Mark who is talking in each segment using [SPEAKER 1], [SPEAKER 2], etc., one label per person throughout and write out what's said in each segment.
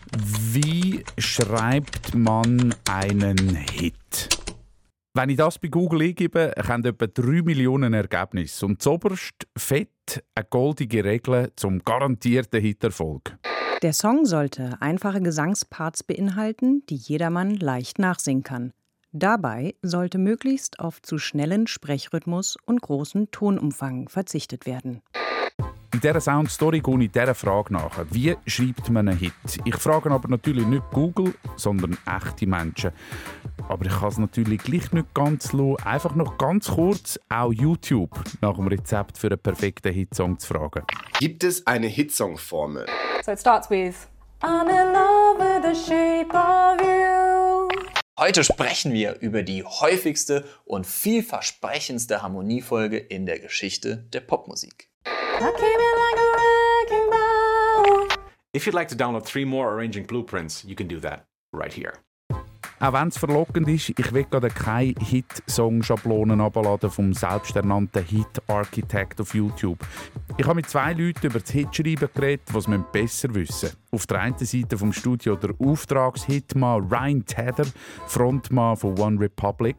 [SPEAKER 1] Wie schreibt man einen Hit? Wenn ich das bei Google eingebe, kommen etwa 3 Millionen Ergebnisse. Und zuoberst fett eine goldige Regel zum garantierten Hiterfolg.
[SPEAKER 2] Der Song sollte einfache Gesangsparts beinhalten, die jedermann leicht nachsingen kann. Dabei sollte möglichst auf zu schnellen Sprechrhythmus und großen Tonumfang verzichtet werden.
[SPEAKER 1] In dieser Soundstory gehe ich dieser Frage nach. Wie schreibt man einen Hit? Ich frage aber natürlich nicht Google, sondern echte Menschen. Aber ich kann es natürlich gleich nicht ganz lassen, einfach noch ganz kurz auch YouTube nach dem Rezept für einen perfekten Hitsong zu fragen.
[SPEAKER 3] Gibt es eine Hitsong-Formel?
[SPEAKER 4] So it starts with I'm in love with the shape of you.
[SPEAKER 5] Heute sprechen wir über die häufigste und vielversprechendste Harmoniefolge in der Geschichte der Popmusik.
[SPEAKER 6] If you'd like to download 3 more arranging blueprints, you can do that right here.
[SPEAKER 1] Auch wenn es verlockend ist, ich will gerade keine Hit-Song-Schablonen abladen vom selbsternannten Hit-Architect auf YouTube. Ich habe mit 2 Leuten über das Hitschreiben geredet, was wir besser wissen. Auf der einen Seite vom Studio der Auftragshitmann Ryan Tedder, Frontmann von One Republic.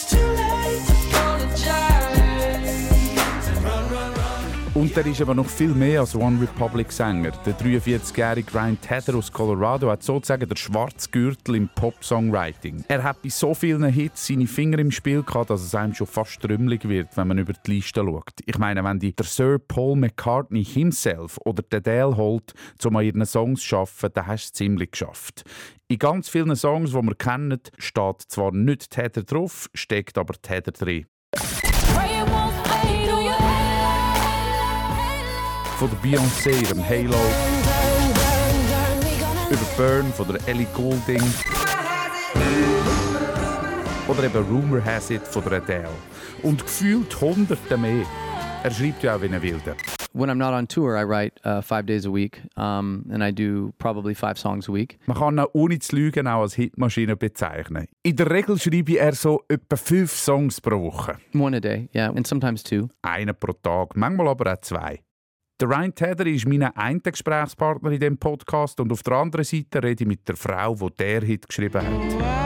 [SPEAKER 1] Und er ist aber noch viel mehr als One Republic-Sänger. Der 43-jährige Ryan Tedder aus Colorado hat sozusagen den schwarzen Gürtel im Pop-Songwriting. Er hat bei so vielen Hits seine Finger im Spiel gehabt, dass es einem schon fast trümmelig wird, wenn man über die Liste schaut. Ich meine, wenn der Sir Paul McCartney himself oder der Adele holt, um an ihren Songs zu arbeiten, dann hast du es ziemlich geschafft. In ganz vielen Songs, die wir kennen, steht zwar nicht Tedder drauf, steckt aber Tedder drin. Von der Beyoncé, ihrem Halo, über Burn von der Ellie Goulding oder eben Rumor Has It von der Adele. Und gefühlt Hunderte mehr. Er schreibt ja auch wie ein Wilder.
[SPEAKER 7] When I'm not on tour, I write 5 days a week, and I do probably 5 songs a week.
[SPEAKER 1] Man kann ihn ohne zu lügen auch als Hitmaschine bezeichnen. In der Regel schreibe er so etwa 5 Songs pro Woche.
[SPEAKER 7] 1 a day, yeah, and sometimes 2.
[SPEAKER 1] Einen pro Tag, manchmal aber auch 2. Der Ryan Tedder ist mein einer Gesprächspartner in diesem Podcast und auf der anderen Seite rede ich mit der Frau, die der Hit geschrieben hat.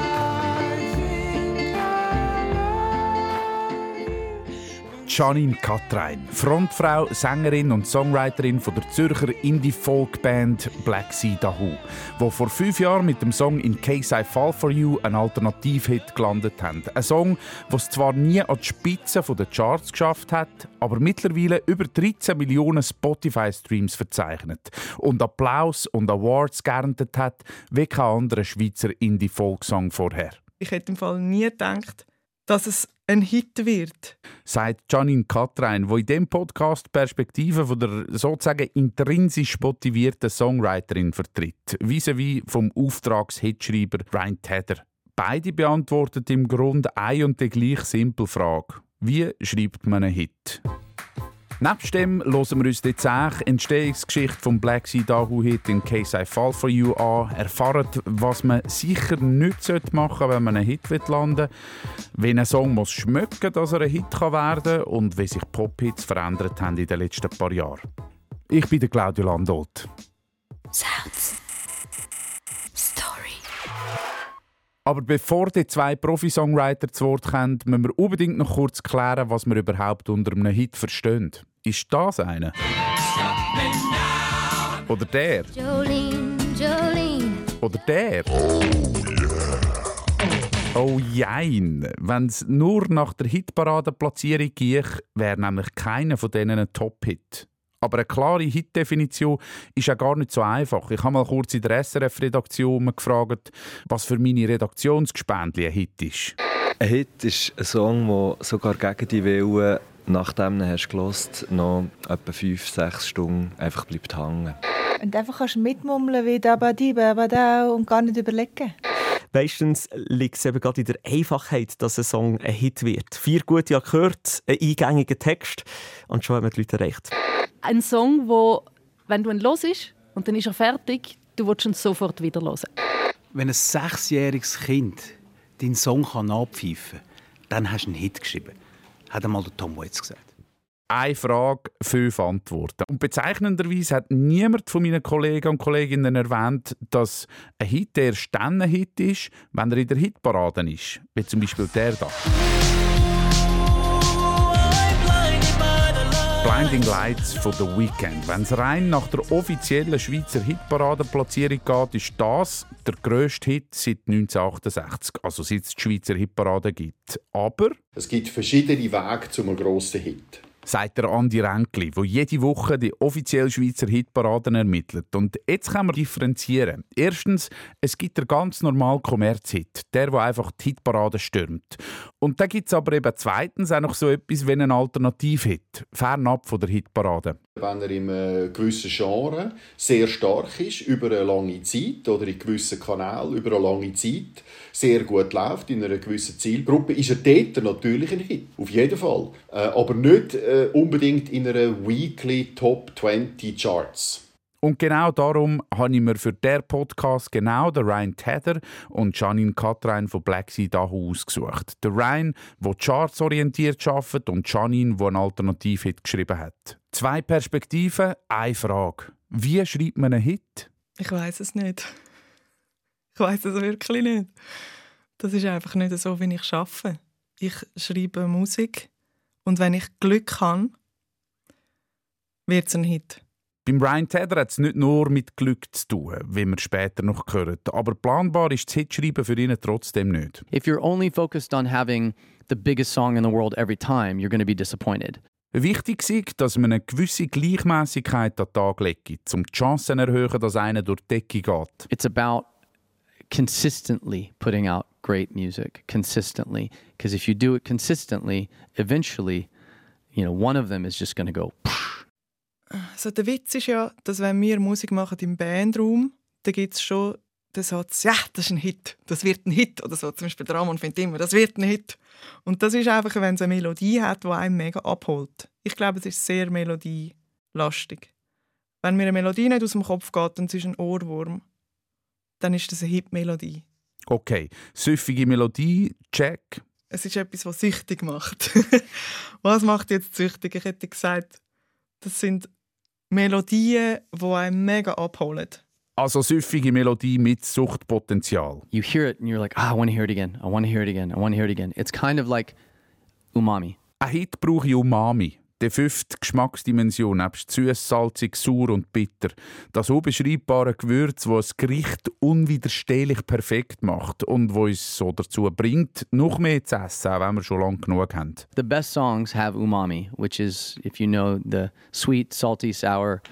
[SPEAKER 1] Janine Katrein, Frontfrau, Sängerin und Songwriterin von der Zürcher Indie-Folk-Band Black Sea Dahoo, die vor 5 Jahren mit dem Song «In Case I Fall For You» einen Alternativ-Hit gelandet haben. Ein Song, der es zwar nie an die Spitze der Charts geschafft hat, aber mittlerweile über 13 Millionen Spotify-Streams verzeichnet und Applaus und Awards geerntet hat, wie kein anderer Schweizer Indie-Folk-Song vorher.
[SPEAKER 8] Ich hätte im Fall nie gedacht, dass es ein Hit wird.
[SPEAKER 1] Sagt Janine Katrein, die in diesem Podcast die Perspektive von der sozusagen intrinsisch motivierten Songwriterin vertritt, vis-à-vis vom Auftragshitschreiber Ryan Tedder. Beide beantworten im Grunde eine und die gleiche simple Frage. Wie schreibt man einen Hit? Nebst dem hören wir uns die 10 Entstehungsgeschichte vom Black Sea Dahoo-Hit «In Case I Fall For You» an, erfahren, was man sicher nicht machen sollte, wenn man einen Hit landen will, wie ein Song muss schmecken, dass er ein Hit werden kann und wie sich Pop-Hits verändert haben in den letzten paar Jahren. Ich bin der Claudio Landolt.
[SPEAKER 9] Sounds. Story.
[SPEAKER 1] Aber bevor die 2 Profi-Songwriter zu Wort kommen, müssen wir unbedingt noch kurz klären, was wir überhaupt unter einem Hit verstehen. Ist das einer? Oder der?
[SPEAKER 9] Jolene, Jolene.
[SPEAKER 1] Oder der? Oh jein. Wenn es nur nach der Hitparadenplatzierung ginge, wäre nämlich keiner von denen ein Top-Hit. Aber eine klare Hit-Definition ist ja gar nicht so einfach. Ich habe mal kurz in der SRF-Redaktion gefragt, was für meine Redaktionsgespendli ein Hit ist.
[SPEAKER 10] Ein Hit ist ein Song, der sogar gegen die Willen, nachdem du hast gehört, noch etwa 5-6 Stunden einfach bleibt hängen.
[SPEAKER 11] Und einfach kannst mitmummeln wie «Dabadi, Babadau» und gar nicht überlegen.
[SPEAKER 12] Meistens liegt es eben gerade in der Einfachheit, dass ein Song ein Hit wird. 4 gute Akkorde, ein eingängiger Text und schon haben wir die Leute erreicht.
[SPEAKER 13] Ein Song, wo, wenn du ihn hörst und dann ist er fertig, du willst ihn sofort wieder hören.
[SPEAKER 14] Wenn ein 6-jähriges Kind deinen Song nachpfeifen kann, dann hast du einen Hit geschrieben, hat einmal der Tom Waits gesagt.
[SPEAKER 1] Eine Frage, 5 Antworten. Und bezeichnenderweise hat niemand von meinen Kollegen und Kolleginnen erwähnt, dass ein Hit erst dann ein Hit ist, wenn er in der Hitparade ist. Wie zum Beispiel der da. Blinding Lights von The Weeknd. Wenn es rein nach der offiziellen Schweizer Hitparadenplatzierung geht, ist das der grösste Hit seit 1968, also seit es die Schweizer Hitparade gibt. Aber
[SPEAKER 15] es gibt verschiedene Wege zu einem grossen Hit,
[SPEAKER 1] sagt der Andi Ränkli, der jede Woche die offizielle Schweizer Hitparaden ermittelt. Und jetzt können wir differenzieren. Erstens, es gibt den ganz normalen Kommerzhit, der einfach die Hitparade stürmt. Und dann gibt es aber eben zweitens auch noch so etwas wie einen Alternativhit, fernab von der Hitparade.
[SPEAKER 15] Wenn er in einem gewissen Genre sehr stark ist, über eine lange Zeit oder in gewissen Kanälen über eine lange Zeit sehr gut läuft, in einer gewissen Zielgruppe, ist er dort natürlich ein Hit. Auf jeden Fall. Aber nicht unbedingt in einer Weekly Top 20 Charts.
[SPEAKER 1] Und genau darum habe ich mir für diesen Podcast genau den Ryan Tedder und Janine Katrein von Black Sea Dahoo ausgesucht. Der Ryan, der chartsorientiert arbeitet, und Janine, die einen Alternativhit geschrieben hat. 2 Perspektiven, eine Frage. Wie schreibt man einen Hit?
[SPEAKER 8] Ich weiss es nicht. Ich weiss es wirklich nicht. Das ist einfach nicht so, wie ich arbeite. Ich schreibe Musik und wenn ich Glück habe, wird es ein Hit.
[SPEAKER 1] Beim Ryan Tedder hat es nicht nur mit Glück zu tun, wie wir später noch hören. Aber planbar ist das Hitschreiben für ihn trotzdem nicht.
[SPEAKER 7] If you're only focused on having the biggest song in the world every time, you're going to be disappointed.
[SPEAKER 1] Wichtig ist, dass man eine gewisse Gleichmäßigkeit an den Tag legt, um die Chancen zu erhöhen, dass einer durch die Decke geht.
[SPEAKER 7] It's about consistently putting out great music, consistently. Because if you do it consistently, eventually, one of them is just going to go.
[SPEAKER 8] Also der Witz ist ja, dass wenn wir Musik machen im Bandraum, dann gibt es schon den Satz, ja, das ist ein Hit, das wird ein Hit. Oder so, zum Beispiel der Ramon findet immer, das wird ein Hit. Und das ist einfach, wenn es eine Melodie hat, die einem mega abholt. Ich glaube, es ist sehr melodielastig. Wenn mir eine Melodie nicht aus dem Kopf geht und es ist ein Ohrwurm, dann ist das eine Hit-Melodie.
[SPEAKER 1] Okay, süffige Melodie, check.
[SPEAKER 8] Es ist etwas, was süchtig macht. Was macht jetzt süchtig? Ich hätte gesagt, das sind Melodien, die einen mega abholen.
[SPEAKER 1] Also süffige Melodie mit Suchtpotenzial.
[SPEAKER 7] You hear it and you're like, I want to hear it again. I want to hear it again. I want to hear it again. It's kind of like umami.
[SPEAKER 1] Ein Hit brauche ich Umami. Die 5. Geschmacksdimension, nebst süß, salzig, sauer und bitter. Das unbeschreibbare Gewürz, das ein Gericht unwiderstehlich perfekt macht und wo uns so dazu bringt, noch mehr zu essen, auch wenn wir schon lange genug haben.
[SPEAKER 7] The best songs have umami, which is, if you know, the sweet, salty, sour,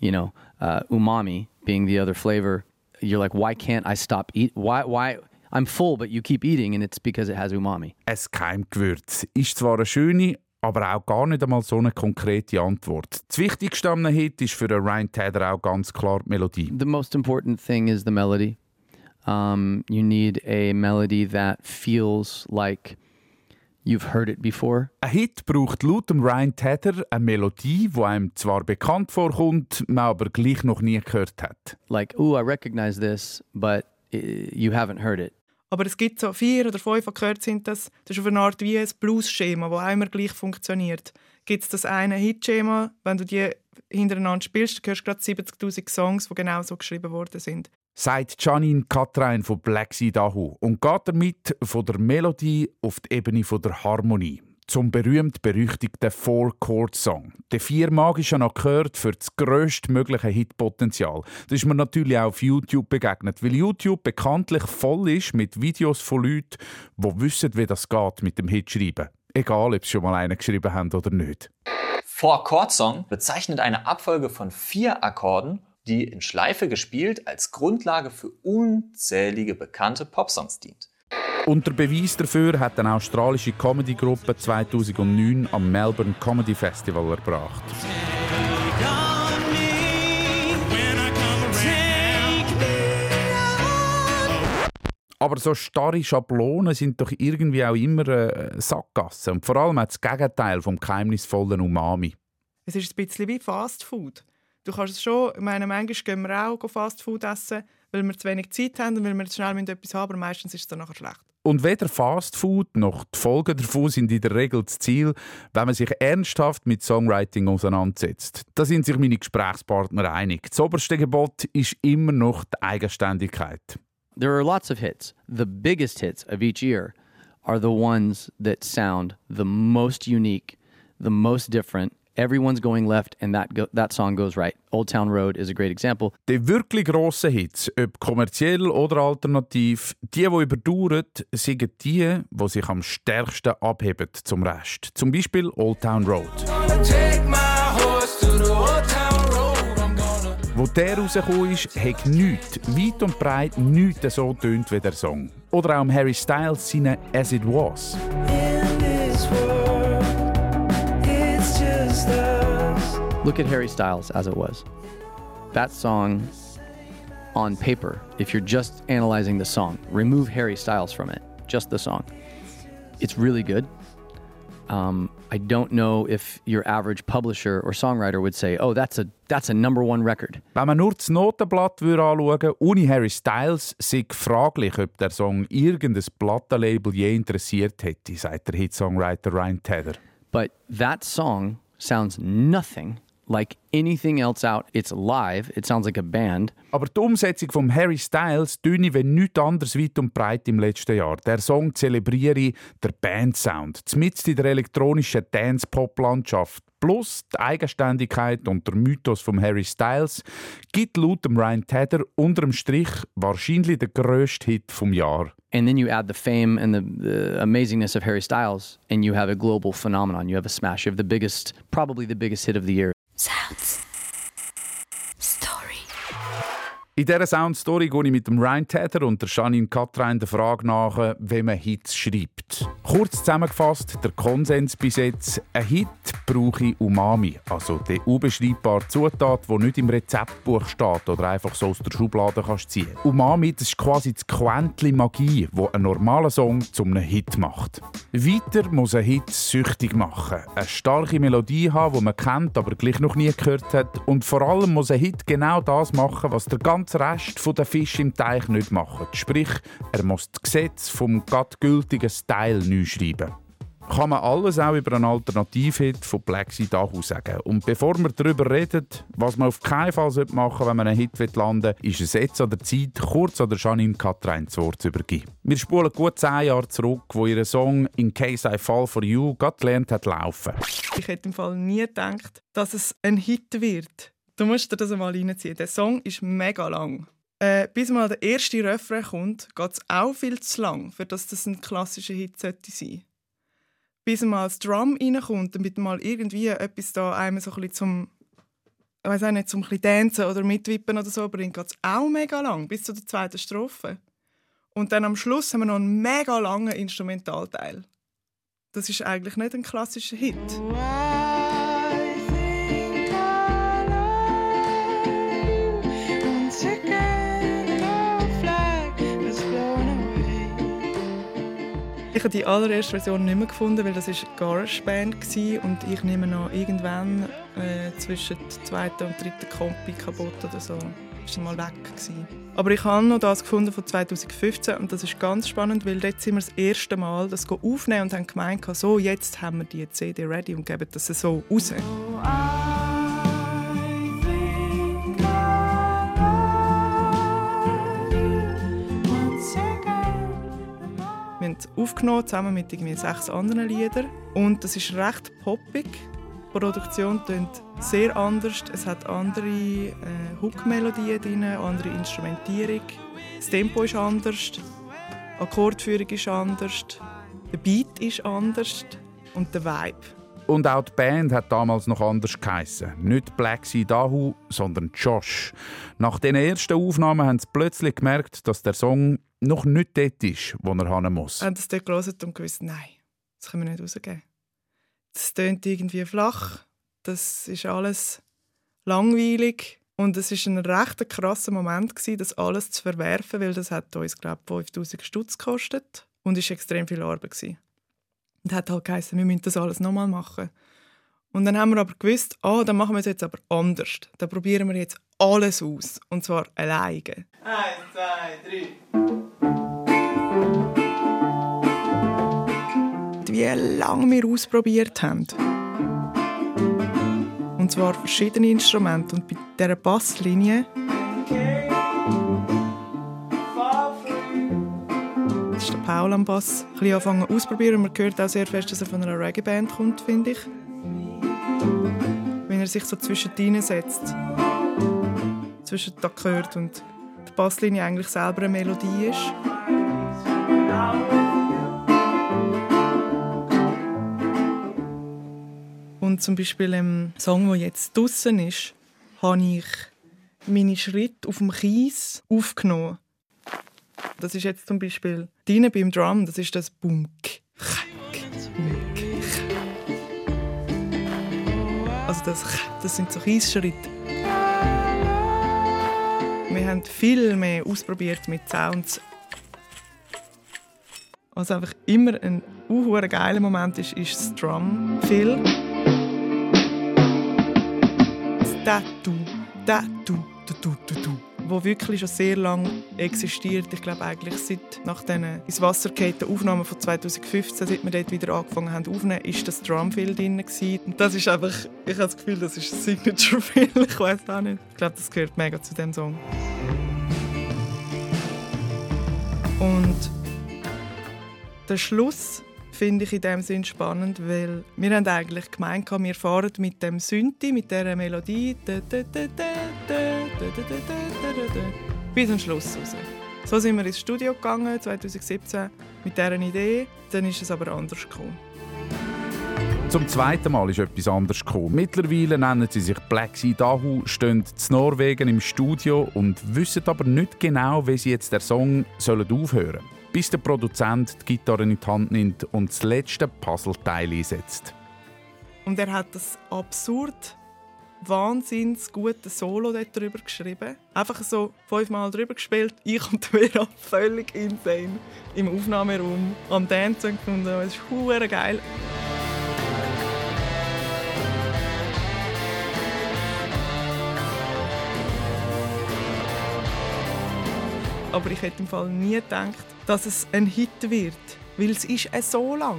[SPEAKER 7] umami being the other flavor. You're like, why can't I stop eating? Why? I'm full, but you keep eating, and it's because it has umami.
[SPEAKER 1] Ein Geheimgewürz ist zwar eine schöne, aber auch gar nicht einmal so eine konkrete Antwort. Das Wichtigste am Hit ist für Ryan Tedder auch ganz klar die Melodie.
[SPEAKER 7] The most important thing is the melody. You need a melody that feels like you've heard it before.
[SPEAKER 1] Ein Hit braucht laut Ryan Tedder eine Melodie, die einem zwar bekannt vorkommt, man aber gleich noch nie gehört hat.
[SPEAKER 7] Like, I recognize this, but you haven't heard it.
[SPEAKER 8] Aber es gibt so 4 oder 5, die gehört sind, das ist auf eine Art wie ein Blues-Schema, das immer gleich funktioniert. Gibt es das eine Hit-Schema, wenn du die hintereinander spielst, dann hörst du gerade 70'000 Songs, die genau so geschrieben worden sind.
[SPEAKER 1] Sagt Janine Katrein von Black Sea Dahoo und geht damit von der Melodie auf die Ebene von der Harmonie. Zum berühmt-berüchtigten 4-Chord-Song. Der 4 magischen Akkorde für das grösstmögliche Hitpotenzial. Das ist mir natürlich auch auf YouTube begegnet, weil YouTube bekanntlich voll ist mit Videos von Leuten, die wissen, wie das geht mit dem Hitschreiben. Egal, ob sie schon mal einen geschrieben haben oder nicht.
[SPEAKER 5] 4-Chord-Song bezeichnet eine Abfolge von 4 Akkorden, die in Schleife gespielt als Grundlage für unzählige bekannte Popsongs dient.
[SPEAKER 1] Und der Beweis dafür hat eine australische Comedy-Gruppe 2009 am Melbourne Comedy Festival erbracht. Aber so starre Schablonen sind doch irgendwie auch immer Sackgassen. Und vor allem das Gegenteil vom geheimnisvollen Umami.
[SPEAKER 8] Es ist ein bisschen wie Fast Food. Du kannst es schon, ich meine, manchmal gehen wir auch Fast Food essen, weil wir zu wenig Zeit haben und weil wir schnell etwas haben, aber meistens ist es dann nachher schlecht.
[SPEAKER 1] Und weder Fast Food noch die Folgen davon sind in der Regel das Ziel, wenn man sich ernsthaft mit Songwriting auseinandersetzt. Da sind sich meine Gesprächspartner einig. Das oberste Gebot ist immer noch die Eigenständigkeit.
[SPEAKER 7] There are lots of hits. The biggest hits of each year are the ones that sound the most unique, the most different. Everyone's going left and that song goes right. Old Town Road is a great example.
[SPEAKER 1] Die wirklich grossen Hits, ob kommerziell oder alternativ, die überdauern, sind die sich am stärksten abheben zum Rest. Zum Beispiel Old Town Road. Wo der rausgekommen ist, hat nichts, weit und breit nichts so tönt wie der Song. Oder auch Harry Styles seine As It Was.
[SPEAKER 7] Look at Harry Styles, As It Was. That song, on paper, if you're just analyzing the song, remove Harry Styles from it, just the song. It's really good. I don't know if your average publisher or songwriter would say, oh, that's a number one record.
[SPEAKER 1] Wenn man nur das Notenblatt anschauen würde, ohne Harry Styles, sei fraglich, ob der Song irgendein Plattenlabel je interessiert hätte, sagt der Hit-Songwriter Ryan Tedder.
[SPEAKER 7] But that song sounds nothing like anything else out. It's live. It sounds like a band.
[SPEAKER 1] Aber die Umsetzung von Harry Styles töne wie nichts anderes weit und breit im letzten Jahr. Der Song zelebriere den Bandsound, mitten in der elektronischen Dance-Pop-Landschaft. Plus die Eigenständigkeit und der Mythos von Harry Styles gibt laut Ryan Tedder unterm Strich wahrscheinlich den grössten Hit vom Jahr.
[SPEAKER 7] And then you add the fame and the amazingness of Harry Styles, and you have a global phenomenon. You have a smash. You have the biggest, probably the biggest hit of the year.
[SPEAKER 9] Sounds. Story.
[SPEAKER 1] In dieser Sound-Story gehe ich mit dem Ryan Tedder und der Janine Katrein der Frage nach, wie man Hits schreibt. Kurz zusammengefasst, der Konsens bis jetzt: ein Hit brauche Umami, also die unbeschreibbare Zutat, die nicht im Rezeptbuch steht oder einfach so aus der Schublade kannst ziehen. Umami, das ist quasi das Quäntchen Magie, das einen normalen Song zu einem Hit macht. Weiter muss ein Hit süchtig machen, eine starke Melodie haben, die man kennt, aber gleich noch nie gehört hat. Und vor allem muss ein Hit genau das machen, was der ganze Rest der Fische im Teich nicht macht. Sprich, er muss das Gesetz vom gültigen Style neu schreiben. Kann man alles auch über einen Alternativhit von Black Sea Dahu sagen. Und bevor wir darüber reden, was man auf keinen Fall machen sollte, wenn man einen Hit landen will, ist es jetzt an der Zeit, kurz an der Janine Katrein das Wort zu übergeben. Wir spulen gut 10 Jahre zurück, wo ihr Song «In Case I Fall For You» gerade gelernt hat laufen.
[SPEAKER 8] Ich hätte im Fall nie gedacht, dass es ein Hit wird. Du musst dir das einmal reinziehen. Der Song ist mega lang. Bis mal der erste Refrain kommt, geht es auch viel zu lang, für dass das ein klassischer Hit sollte sein. Bis mal das Drum reinkommt, damit mal irgendwie etwas da einem so ein bisschen zum, ich weiss auch nicht, zum ein bisschen dancen oder mitwippen oder so bringt, geht es auch mega lang, bis zu der zweiten Strophe. Und dann am Schluss haben wir noch einen mega langen Instrumentalteil. Das ist eigentlich nicht ein klassischer Hit. Ich habe die allererste Version nicht mehr gefunden, weil das war GarageBand und ich nehme noch irgendwann zwischen der zweiten und dritten Kompi kaputt oder so. Das war mal weg. Aber ich habe noch das gefunden von 2015 und das ist ganz spannend, weil dort sind wir das erste Mal das aufnehmen und haben gemeint, so, jetzt haben wir die CD ready und geben das so raus. Wir haben es aufgenommen, zusammen mit 6 anderen Liedern. Und das ist recht poppig. Die Produktion klingt sehr anders. Es hat andere Hook-Melodien drin, andere Instrumentierung. Das Tempo ist anders. Die Akkordführung ist anders. Der Beat ist anders. Und der Vibe.
[SPEAKER 1] Und auch die Band hat damals noch anders geheissen. Nicht Black Sea Dahu, sondern Josh. Nach den ersten Aufnahmen haben sie plötzlich gemerkt, dass der Song noch nicht dort ist, wo er hin muss.
[SPEAKER 8] Sie haben es dort gehört und gewusst, nein, das können wir nicht rausgeben. Das tönt irgendwie flach, das ist alles langweilig. Und es war ein recht krasser Moment, das alles zu verwerfen, weil das hat uns, glaube ich, 5000 Stutz gekostet und es war extrem viel Arbeit. Und hat halt geheißen, wir müssen das alles nochmal machen. Und dann haben wir aber gewusst, dann machen wir es jetzt aber anders. Dann probieren wir jetzt alles aus. Und zwar alleine. 1, 2, 3. wie lange wir ausprobiert haben. Und zwar verschiedene Instrumente. Und bei dieser Basslinie ist der Paul am Bass ein bisschen anfangen auszuprobieren. Man hört auch sehr fest, dass er von einer Reggae-Band kommt, finde ich. Wenn er sich so zwischendrin setzt, zwischen den Akkorden und die Basslinie eigentlich selber eine Melodie ist. Und zum Beispiel im Song, der jetzt draussen ist, habe ich meine Schritte auf dem Kies aufgenommen. Das ist jetzt zum Beispiel drinnen beim Drum, das ist das Bunk. Also das sind so Kiesschritte. Wir haben viel mehr ausprobiert mit Sounds. Was einfach immer ein geiler Moment ist das Drum-Fill. Wo wirklich schon sehr lange existiert. Ich glaube eigentlich seit nach diesen ins Wasser gefallenen Aufnahmen von 2015, seit wir dort wieder angefangen haben aufzunehmen, ist das Drumfill drin gewesen. Und das ist einfach, ich habe das Gefühl, das ist ein Signature-Fill. Ich weiß auch nicht. Ich glaube, das gehört mega zu dem Song. Und der Schluss finde ich in dem Sinn spannend, weil wir haben eigentlich gemeint, wir fahren mit dem Synthi, mit dieser Melodie bis zum Schluss raus. So sind wir ins Studio gegangen, 2017, mit dieser Idee. Dann ist es aber anders gekommen.
[SPEAKER 1] Zum zweiten Mal ist etwas anderes gekommen. Mittlerweile nennen sie sich Black Sea Dahu, stehen in Norwegen im Studio und wissen aber nicht genau, wie sie jetzt den Song aufhören sollen. Bis der Produzent die Gitarre in die Hand nimmt und das letzte Puzzleteil einsetzt. Und
[SPEAKER 8] er hat das absurd, wahnsinnig gute Solo dort drüber geschrieben. Einfach so 5-mal drüber gespielt. Ich und Vera völlig insane im Aufnahmeraum am Dancen. Und es ist verdammt geil. Aber ich hätte im Fall nie gedacht, dass es ein Hit wird, weil es ist so lang.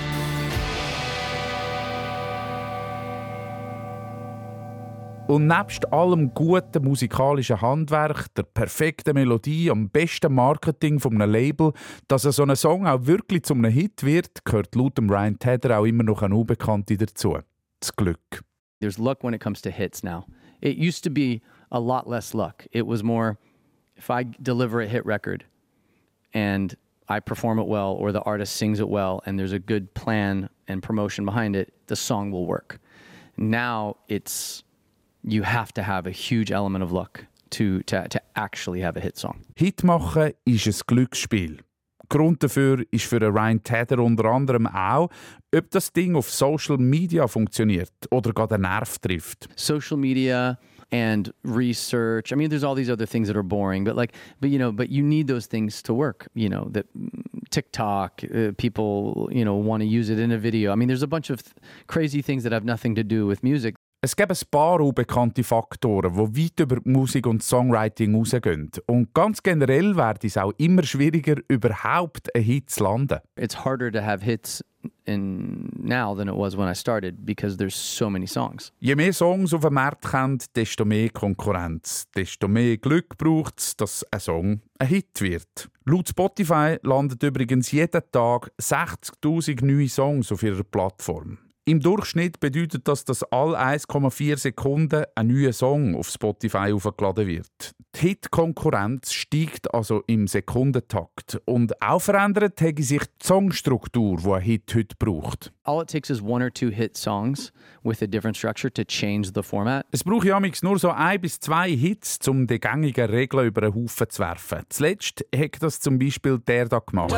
[SPEAKER 1] Und nebst allem guten musikalischen Handwerk, der perfekten Melodie, am besten Marketing von einem Label, dass so ein Song auch wirklich zu einem Hit wird, gehört laut Ryan Tedder auch immer noch eine Unbekannte dazu. Das Glück.
[SPEAKER 7] There's luck when it comes to hits now. It used to be a lot less luck. It was more, if I deliver a hit record and I perform it well or the artist sings it well and there's a good plan and promotion behind it, the song will work. Now it's, you have to have a huge element of luck to actually have a hit song.
[SPEAKER 1] Hit machen ist ein Glücksspiel. Grund dafür ist für Ryan Tedder unter anderem auch, ob das Ding auf Social Media funktioniert oder gerade einen Nerv trifft.
[SPEAKER 7] Social Media and research. I mean, there's all these other things that are boring, but you need those things to work. You know, that TikTok, people, want to use it in a video. I mean, there's a bunch of crazy things that have nothing to do with music.
[SPEAKER 1] Es gibt ein paar unbekannte Faktoren, die weit über die Musik und Songwriting rausgehen. Und ganz generell wird es auch immer schwieriger, überhaupt einen Hit zu landen.
[SPEAKER 7] It's harder to have hits now than it was when I started, because there's so many songs.
[SPEAKER 1] Je mehr Songs auf dem Markt kommt, desto mehr Konkurrenz. Desto mehr Glück braucht es, dass ein Song ein Hit wird. Laut Spotify landen übrigens jeden Tag 60'000 neue Songs auf ihrer Plattform. Im Durchschnitt bedeutet das, dass alle 1,4 Sekunden ein neuer Song auf Spotify aufgeladen wird. Die Hit-Konkurrenz steigt also im Sekundentakt. Und auch verändert hat sich die Songstruktur, die ein Hit heute braucht.
[SPEAKER 7] All it takes is 1 or 2 hit songs with a different structure to change the format.
[SPEAKER 1] Es braucht ja nur so 1 bis 2 Hits, um die gängigen Regeln über den Haufen zu werfen. Zuletzt hat das zum Beispiel der da gemacht.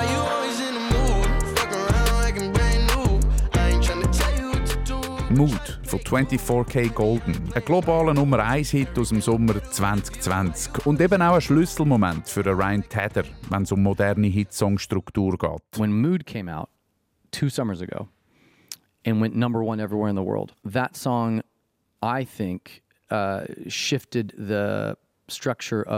[SPEAKER 1] Mood von 24K Golden. Ein globaler Nummer 1 Hit aus dem Sommer 2020. Und eben auch ein Schlüsselmoment für Ryan Tedder, wenn es um moderne Hitsongstruktur geht.
[SPEAKER 7] When Mood came out 2 summers ago and went #1 everywhere in the world, that song, I think, shifted the structure of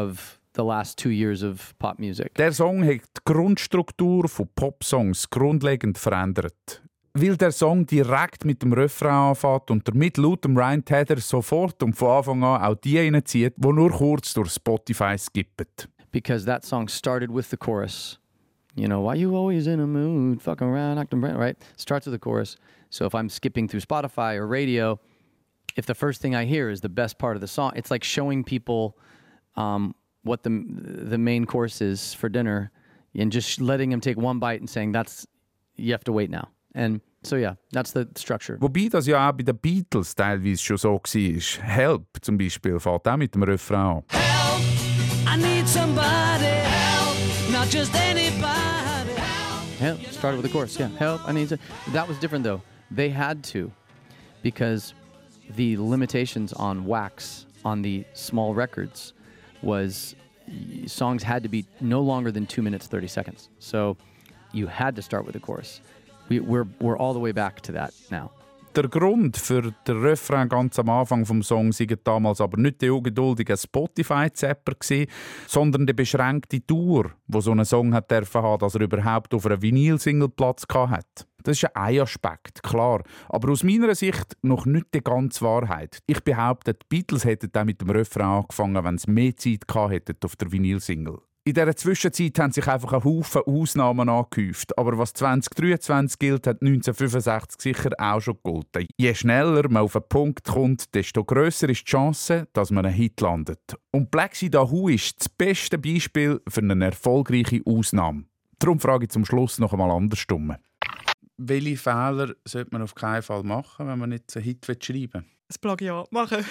[SPEAKER 7] the last 2 years of pop music.
[SPEAKER 1] Der Song hat die Grundstruktur von Popsongs grundlegend verändert. Weil der Song direkt mit dem Refrain anfängt und damit laut dem Ryan Tedder sofort und von Anfang an auch die reinzieht, die nur kurz durch Spotify skippen.
[SPEAKER 7] Because that song started with the chorus. You know, why you always in a mood, fucking around, acting brand, right? Starts with the chorus. So if I'm skipping through Spotify or radio, if the first thing I hear is the best part of the song, it's like showing people what the main course is for dinner and just letting them take one bite and saying, you have to wait now. And so yeah, that's the structure.
[SPEAKER 1] Wobei das ja auch bei den Beatles teilweise schon so war. Help zum Beispiel fällt auch mit dem Refrain an.
[SPEAKER 16] Help, I need somebody. Help, not just anybody.
[SPEAKER 7] Help, started with the chorus, yeah. Help, I need to. That was different though. They had to, because the limitations on wax on the small records was songs had to be no longer than 2 minutes 30 seconds. So you had to start with the chorus. We're all the way back to that now.
[SPEAKER 1] Der Grund für den Refrain ganz am Anfang des Songs war damals aber nicht der ungeduldige Spotify-Zapper, sondern die beschränkte Dauer, die so ein Song hat dürfen haben, dass er überhaupt auf einer Vinyl-Single Platz hatte. Das ist ein Aspekt, klar. Aber aus meiner Sicht noch nicht die ganze Wahrheit. Ich behaupte, die Beatles hätten auch mit dem Refrain angefangen, wenn sie mehr Zeit gehabt hätten auf der Vinyl-Single. In dieser Zwischenzeit haben sich einfach ein Haufen Ausnahmen angehäuft. Aber was 2023 gilt, hat 1965 sicher auch schon gegolten. Je schneller man auf einen Punkt kommt, desto grösser ist die Chance, dass man einen Hit landet. Und Black Sea Dahoo ist das beste Beispiel für eine erfolgreiche Ausnahme. Darum frage ich zum Schluss noch einmal andersrum. Welche Fehler sollte man auf keinen Fall machen, wenn man jetzt einen Hit schreiben will?
[SPEAKER 8] Das Plagiat machen.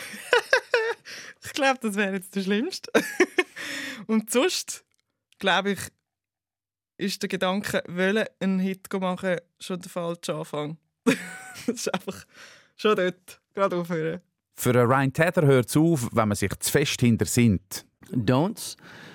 [SPEAKER 8] Ich glaube, das wäre jetzt der Schlimmste. Und sonst, glaube ich, ist der Gedanke, einen Hit machen, schon der falsche Anfang. Das ist einfach schon dort, gerade aufhören.
[SPEAKER 1] Für einen Ryan Tedder hört es auf, wenn man sich zu fest hintersinnt.
[SPEAKER 7] Don't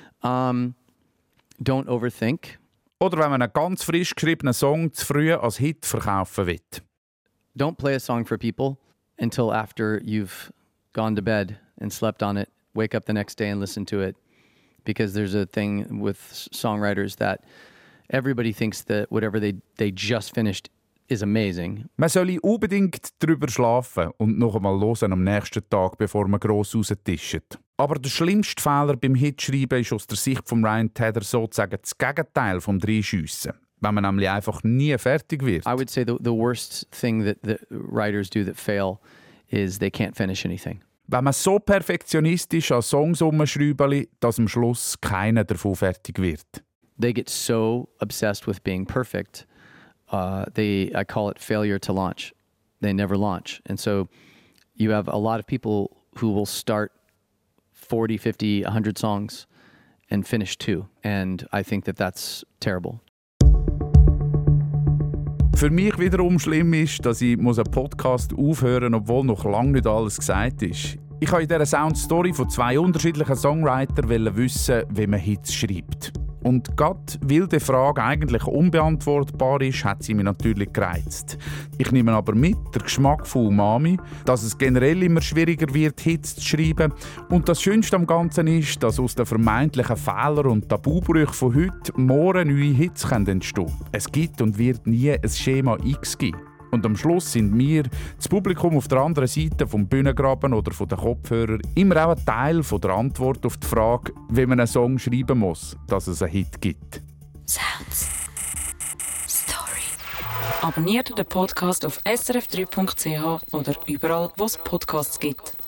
[SPEAKER 7] overthink.
[SPEAKER 1] Oder wenn man einen ganz frisch geschriebenen Song zu früh als Hit verkaufen will.
[SPEAKER 7] Don't play a song for people until after you've gone to bed and slept on it. Wake up the next day and listen to it. Because there's a thing with songwriters that everybody thinks that whatever they just finished is amazing.
[SPEAKER 1] Man soll unbedingt drüber schlafen und noch einmal hören am nächsten Tag, bevor man gross raustischt. Aber der schlimmste Fehler beim Hitschreiben ist aus der Sicht von Ryan Tedder sozusagen das Gegenteil vom Dreischiessen. Wenn man nämlich einfach nie fertig wird.
[SPEAKER 7] I would say the worst thing that the writers do that fail is they can't finish anything.
[SPEAKER 1] Wenn man so perfektionistisch an Songs umschreibt, dass am Schluss keiner davon fertig wird.
[SPEAKER 7] They get so obsessed with being perfect. I call it failure to launch. They never launch. And so you have a lot of people who will start 40, 50, 100 songs and finish 2. And I think that that's terrible.
[SPEAKER 1] Für mich wiederum schlimm ist, dass ich einen Podcast aufhören muss, obwohl noch lange nicht alles gesagt ist. Ich wollte in dieser Soundstory von 2 unterschiedlichen Songwritern wissen, wie man Hits schreibt. Und gerade weil die Frage eigentlich unbeantwortbar ist, hat sie mich natürlich gereizt. Ich nehme aber mit, der Geschmack von Umami, dass es generell immer schwieriger wird, Hits zu schreiben. Und das Schönste am Ganzen ist, dass aus den vermeintlichen Fehlern und Tabubrüchen von heute morgen neue Hits entstehen können. Es gibt und wird nie ein Schema X geben. Und am Schluss sind wir, das Publikum auf der anderen Seite vom Bühnengraben oder von den Kopfhörern, immer auch ein Teil von der Antwort auf die Frage, wie man einen Song schreiben muss, dass es einen Hit gibt.
[SPEAKER 9] Sounds. Story. Abonniert den Podcast auf srf3.ch oder überall, wo es Podcasts gibt.